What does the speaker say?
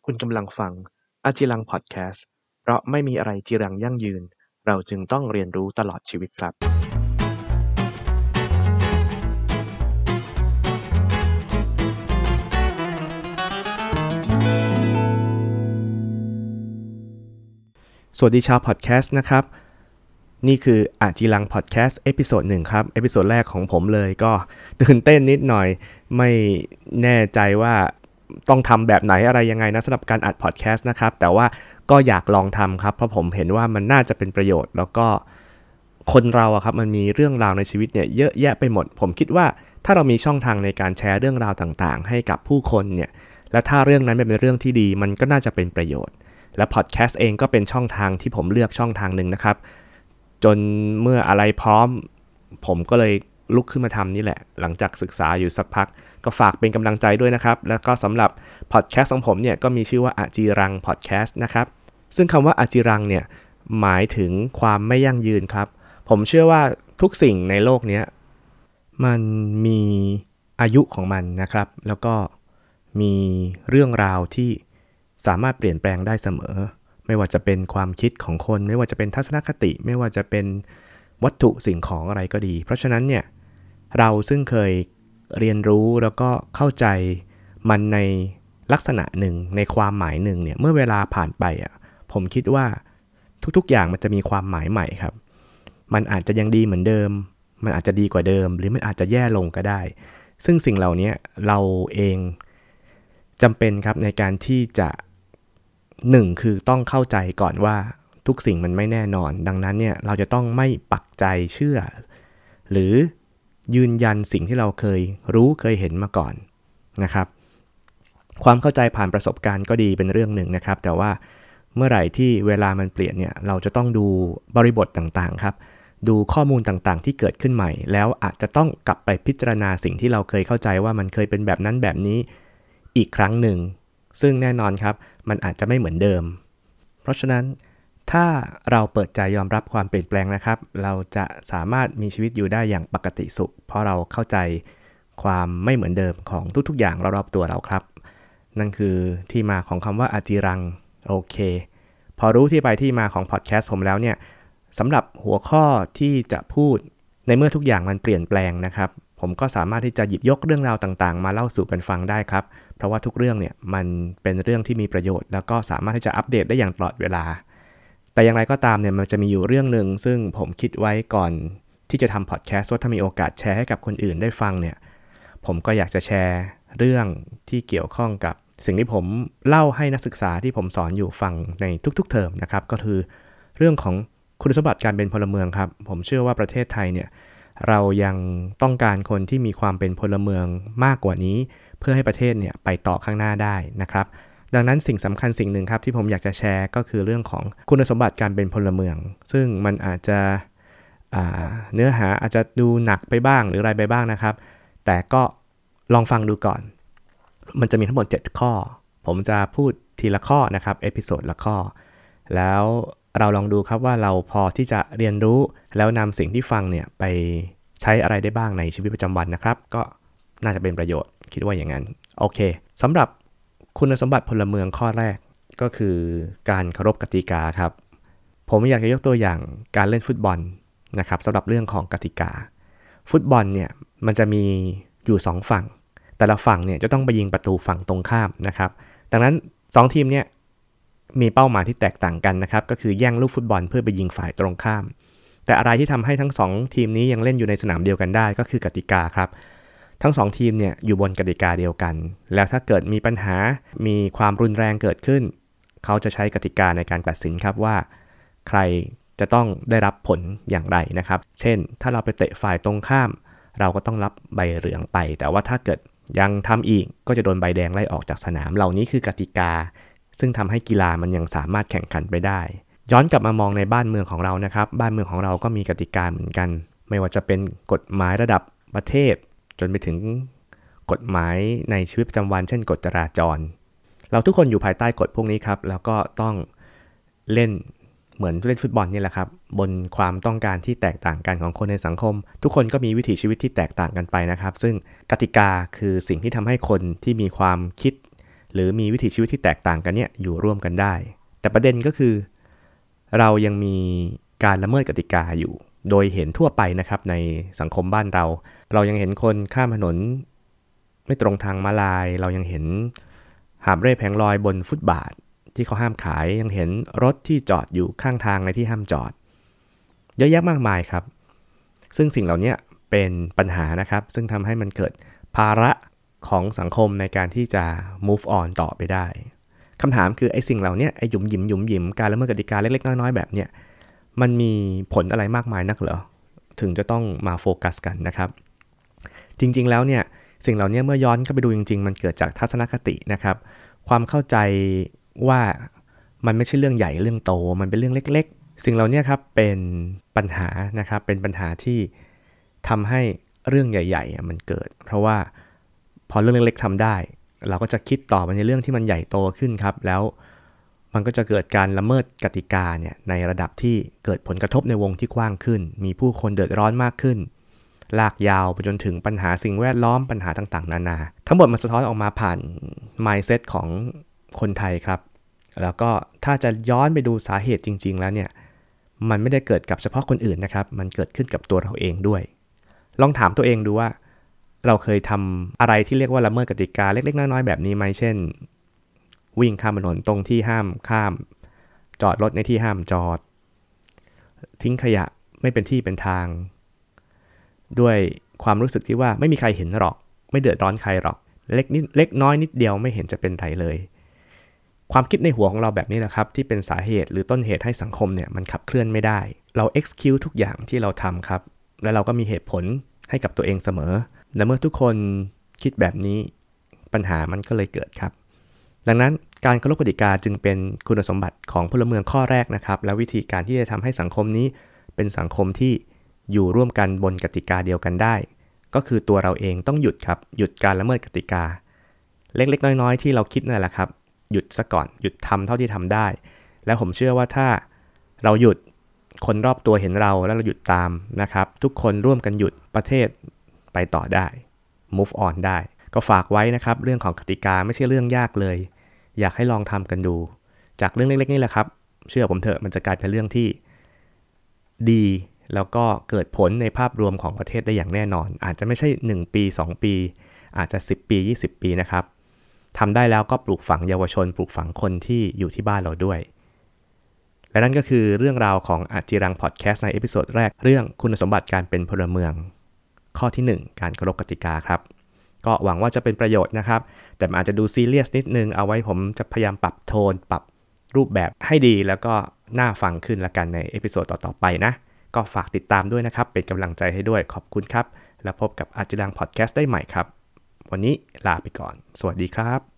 คุณกำลังฟังอาจิรังพอดแคสต์เพราะไม่มีอะไรจีรังยั่งยืนเราจึงต้องเรียนรู้ตลอดชีวิตครับสวัสดีชาวพอดแคสต์นะครับนี่คืออาจิรังพอดแคสต์เอพิโซด1ครับเอพิโซดแรกของผมเลยก็ตื่นเต้นนิดหน่อยไม่แน่ใจว่าต้องทำแบบไหนอะไรยังไงนะสำหรับการอัดพอดแคสต์นะครับแต่ว่าก็อยากลองทำครับเพราะผมเห็นว่ามันน่าจะเป็นประโยชน์แล้วก็คนเราอะครับมันมีเรื่องราวในชีวิตเนี่ยเยอะแยะไปหมดผมคิดว่าถ้าเรามีช่องทางในการแชร์เรื่องราวต่างๆให้กับผู้คนเนี่ยและถ้าเรื่องนั้นเป็นเรื่องที่ดีมันก็น่าจะเป็นประโยชน์และพอดแคสต์เองก็เป็นช่องทางที่ผมเลือกช่องทางหนึ่งนะครับจนเมื่ออะไรพร้อมผมก็เลยลุกขึ้นมาทำนี่แหละหลังจากศึกษาอยู่สักพักก็ฝากเป็นกำลังใจด้วยนะครับแล้วก็สำหรับพอดแคสต์ของผมเนี่ยก็มีชื่อว่าอาจิรังพอดแคสต์นะครับซึ่งคำว่าอาจิรังเนี่ยหมายถึงความไม่ยั่งยืนครับผมเชื่อว่าทุกสิ่งในโลกนี้มันมีอายุของมันนะครับแล้วก็มีเรื่องราวที่สามารถเปลี่ยนแปลงได้เสมอไม่ว่าจะเป็นความคิดของคนไม่ว่าจะเป็นทัศนคติไม่ว่าจะเป็นวัตถุสิ่งของอะไรก็ดีเพราะฉะนั้นเนี่ยเราซึ่งเคยเรียนรู้แล้วก็เข้าใจมันในลักษณะหนึ่งในความหมายหนึ่งเนี่ยเมื่อเวลาผ่านไปผมคิดว่าทุกๆอย่างมันจะมีความหมายใหม่ครับมันอาจจะยังดีเหมือนเดิมมันอาจจะดีกว่าเดิมหรือมันอาจจะแย่ลงก็ได้ซึ่งสิ่งเหล่านี้เราเองจำเป็นครับในการที่จะ1คือต้องเข้าใจก่อนว่าทุกสิ่งมันไม่แน่นอนดังนั้นเนี่ยเราจะต้องไม่ปักใจเชื่อหรือยืนยันสิ่งที่เราเคยรู้เคยเห็นมาก่อนนะครับความเข้าใจผ่านประสบการณ์ก็ดีเป็นเรื่องหนึ่งนะครับแต่ว่าเมื่อไหร่ที่เวลามันเปลี่ยนเนี่ยเราจะต้องดูบริบทต่างๆครับดูข้อมูลต่างๆที่เกิดขึ้นใหม่แล้วอาจจะต้องกลับไปพิจารณาสิ่งที่เราเคยเข้าใจว่ามันเคยเป็นแบบนั้นแบบนี้อีกครั้งหนึ่งซึ่งแน่นอนครับมันอาจจะไม่เหมือนเดิมเพราะฉะนั้นถ้าเราเปิดใจยอมรับความเปลี่ยนแปลงนะครับเราจะสามารถมีชีวิตอยู่ได้อย่างปกติสุขเพราะเราเข้าใจความไม่เหมือนเดิมของทุกๆอย่างรอบๆตัวเราครับนั่นคือที่มาของคำว่าอาจิรังโอเคพอรู้ที่ไปที่มาของพอดแคสต์ผมแล้วเนี่ยสำหรับหัวข้อที่จะพูดในเมื่อทุกอย่างมันเปลี่ยนแปลงนะครับผมก็สามารถที่จะหยิบยกเรื่องราวต่างๆมาเล่าสู่กันฟังได้ครับเพราะว่าทุกเรื่องเนี่ยมันเป็นเรื่องที่มีประโยชน์แล้วก็สามารถที่จะอัปเดตได้อย่างตลอดเวลาแต่อย่างไรก็ตามเนี่ยมันจะมีอยู่เรื่องนึงซึ่งผมคิดไว้ก่อนที่จะทำพอดแคสต์ว่าถ้ามีโอกาสแชร์ให้กับคนอื่นได้ฟังเนี่ยผมก็อยากจะแชร์เรื่องที่เกี่ยวข้องกับสิ่งที่ผมเล่าให้นักศึกษาที่ผมสอนอยู่ฟังในทุกๆเทอมนะครับก็คือเรื่องของคุณสมบัติการเป็นพลเมืองครับผมเชื่อว่าประเทศไทยเนี่ยเรายังต้องการคนที่มีความเป็นพลเมืองมากกว่านี้เพื่อให้ประเทศเนี่ยไปต่อข้างหน้าได้นะครับดังนั้นสิ่งสำคัญสิ่งหนึ่งครับที่ผมอยากจะแชร์ก็คือเรื่องของคุณสมบัติการเป็นพลเมืองซึ่งมันอาจจะเนื้อหาอาจจะดูหนักไปบ้างหรืออะไรไปบ้างนะครับแต่ก็ลองฟังดูก่อนมันจะมีทั้งหมด7ข้อผมจะพูดทีละข้อนะครับเอพิโซดละข้อแล้วเราลองดูครับว่าเราพอที่จะเรียนรู้แล้วนำสิ่งที่ฟังเนี่ยไปใช้อะไรได้บ้างในชีวิตประจำวันนะครับก็น่าจะเป็นประโยชน์คิดว่าอย่างนั้นโอเคสำหรับคุณสมบัติพลเมืองข้อแรกก็คือการเคารพกติกาครับผมอยากจะยกตัวอย่างการเล่นฟุตบอลนะครับสำหรับเรื่องของกติกาฟุตบอลเนี่ยมันจะมีอยู่2ฝั่งแต่ละฝั่งเนี่ยจะต้องไปยิงประตูฝั่งตรงข้ามนะครับดังนั้น2ทีมเนี่ยมีเป้าหมายที่แตกต่างกันนะครับก็คือแย่งลูกฟุตบอลเพื่อไปยิงฝ่ายตรงข้ามแต่อะไรที่ทำให้ทั้ง2ทีมนี้ยังเล่นอยู่ในสนามเดียวกันได้ก็คือกติกาครับทั้ง2ทีมเนี่ยอยู่บนกติกาเดียวกันแล้วถ้าเกิดมีปัญหามีความรุนแรงเกิดขึ้นเขาจะใช้กติกาในการตัดสินครับว่าใครจะต้องได้รับผลอย่างไรนะครับเช่นถ้าเราไปเตะฝ่ายตรงข้ามเราก็ต้องรับใบเหลืองไปแต่ว่าถ้าเกิดยังทำอีกก็จะโดนใบแดงไล่ออกจากสนามเหล่านี้คือกติกาซึ่งทำให้กีฬามันยังสามารถแข่งขันไปได้ย้อนกลับมามองในบ้านเมืองของเรานะครับบ้านเมืองของเราก็มีกติกาเหมือนกันไม่ว่าจะเป็นกฎหมายระดับประเทศจนไปถึงกฎหมายในชีวิตประจำวันเช่นกฎจราจรเราทุกคนอยู่ภายใต้กฎพวกนี้ครับแล้วก็ต้องเล่นเหมือนเล่นฟุตบอลนี่แหละครับบนความต้องการที่แตกต่างกันของคนในสังคมทุกคนก็มีวิถีชีวิตที่แตกต่างกันไปนะครับซึ่งกติกาคือสิ่งที่ทำให้คนที่มีความคิดหรือมีวิถีชีวิตที่แตกต่างกันเนี่ยอยู่ร่วมกันได้แต่ประเด็นก็คือเรายังมีการละเมิดกติกาอยู่โดยเห็นทั่วไปนะครับในสังคมบ้านเรายังเห็นคนข้ามถนนไม่ตรงทางม้าลายเรายังเห็นหาบเร่แผงลอยบนฟุตบาทที่เขาห้ามขายยังเห็นรถที่จอดอยู่ข้างทางในที่ห้ามจอดเยอะแยะมากมายครับซึ่งสิ่งเหล่านี้เป็นปัญหานะครับซึ่งทำให้มันเกิดภาระของสังคมในการที่จะ move on ต่อไปได้คำถามคือไอ้สิ่งเหล่านี้ไอ้หยุมหยิมการละเมิดกติกาเล็กๆน้อยๆแบบเนี้ยมันมีผลอะไรมากมายนักเหรอถึงจะต้องมาโฟกัสกันนะครับจริงๆแล้วเนี่ยสิ่งเหล่านี้เมื่อย้อนเข้าไปดูจริงๆมันเกิดจากทัศนคตินะครับความเข้าใจว่ามันไม่ใช่เรื่องใหญ่เรื่องโตมันเป็นเรื่องเล็กๆสิ่งเหล่านี้ครับเป็นปัญหานะครับเป็นปัญหาที่ทำให้เรื่องใหญ่ๆมันเกิดเพราะว่าพอเรื่องเล็กๆทำได้เราก็จะคิดต่อไปในเรื่องที่มันใหญ่โตขึ้นครับแล้วมันก็จะเกิดการละเมิดกติกาเนี่ยในระดับที่เกิดผลกระทบในวงที่กว้างขึ้นมีผู้คนเดือดร้อนมากขึ้นลากยาวไปจนถึงปัญหาสิ่งแวดล้อมปัญหาต่างๆนานาทั้งหมดมันสะท้อนออกมาผ่าน mindset ของคนไทยครับแล้วก็ถ้าจะย้อนไปดูสาเหตุจริงๆแล้วเนี่ยมันไม่ได้เกิดกับเฉพาะคนอื่นนะครับมันเกิดขึ้นกับตัวเราเองด้วยลองถามตัวเองดูว่าเราเคยทำอะไรที่เรียกว่าละเมิดกติกาเล็กๆน้อยๆแบบนี้ไหมเช่นวิ่งข้ามถนนตรงที่ห้ามข้ามจอดรถในที่ห้ามจอดทิ้งขยะไม่เป็นที่เป็นทางด้วยความรู้สึกที่ว่าไม่มีใครเห็นหรอกไม่เดือดร้อนใครหรอกเล็กน้อยนิดเดียวไม่เห็นจะเป็นไรเลยความคิดในหัวของเราแบบนี้แหละครับที่เป็นสาเหตุหรือต้นเหตุให้สังคมเนี่ยมันขับเคลื่อนไม่ได้เรา excuse ทุกอย่างที่เราทำครับและเราก็มีเหตุผลให้กับตัวเองเสมอและเมื่อทุกคนคิดแบบนี้ปัญหามันก็เลยเกิดครับดังนั้นการเคารพกติกาจึงเป็นคุณสมบัติของพลเมืองข้อแรกนะครับและวิธีการที่จะทำให้สังคมนี้เป็นสังคมที่อยู่ร่วมกันบนกติกาเดียวกันได้ก็คือตัวเราเองต้องหยุดครับหยุดการละเมิดกติกาเล็กๆน้อยๆที่เราคิดนั่นแหละครับหยุดซะก่อนหยุดทำเท่าที่ทำได้แล้วผมเชื่อว่าถ้าเราหยุดคนรอบตัวเห็นเราแล้วเราหยุดตามนะครับทุกคนร่วมกันหยุดประเทศไปต่อได้ move on ได้ก็ฝากไว้นะครับเรื่องของกติกาไม่ใช่เรื่องยากเลยอยากให้ลองทำกันดูจากเรื่องเล็กๆนี่แหละครับเชื่อผมเถอะมันจะกลายเป็นเรื่องที่ดีแล้วก็เกิดผลในภาพรวมของประเทศได้อย่างแน่นอนอาจจะไม่ใช่1ปี2ปีอาจจะ10ปี20ปีนะครับทำได้แล้วก็ปลูกฝังเยาวชนปลูกฝังคนที่อยู่ที่บ้านเราด้วยและนั่นก็คือเรื่องราวของอาจิรังพอดแคสต์ในเอพิโซดแรกเรื่องคุณสมบัติการเป็นพลเมืองข้อที่1การเคารพกติกาครับก็หวังว่าจะเป็นประโยชน์นะครับแต่อาจจะดูซีเรียสนิดนึงเอาไว้ผมจะพยายามปรับโทนปรับรูปแบบให้ดีแล้วก็น่าฟังขึ้นละกันในเอพิโซดต่อๆไปนะก็ฝากติดตามด้วยนะครับเป็นกำลังใจให้ด้วยขอบคุณครับแล้วพบกับอาจิรังพอดแคสต์ได้ใหม่ครับวันนี้ลาไปก่อนสวัสดีครับ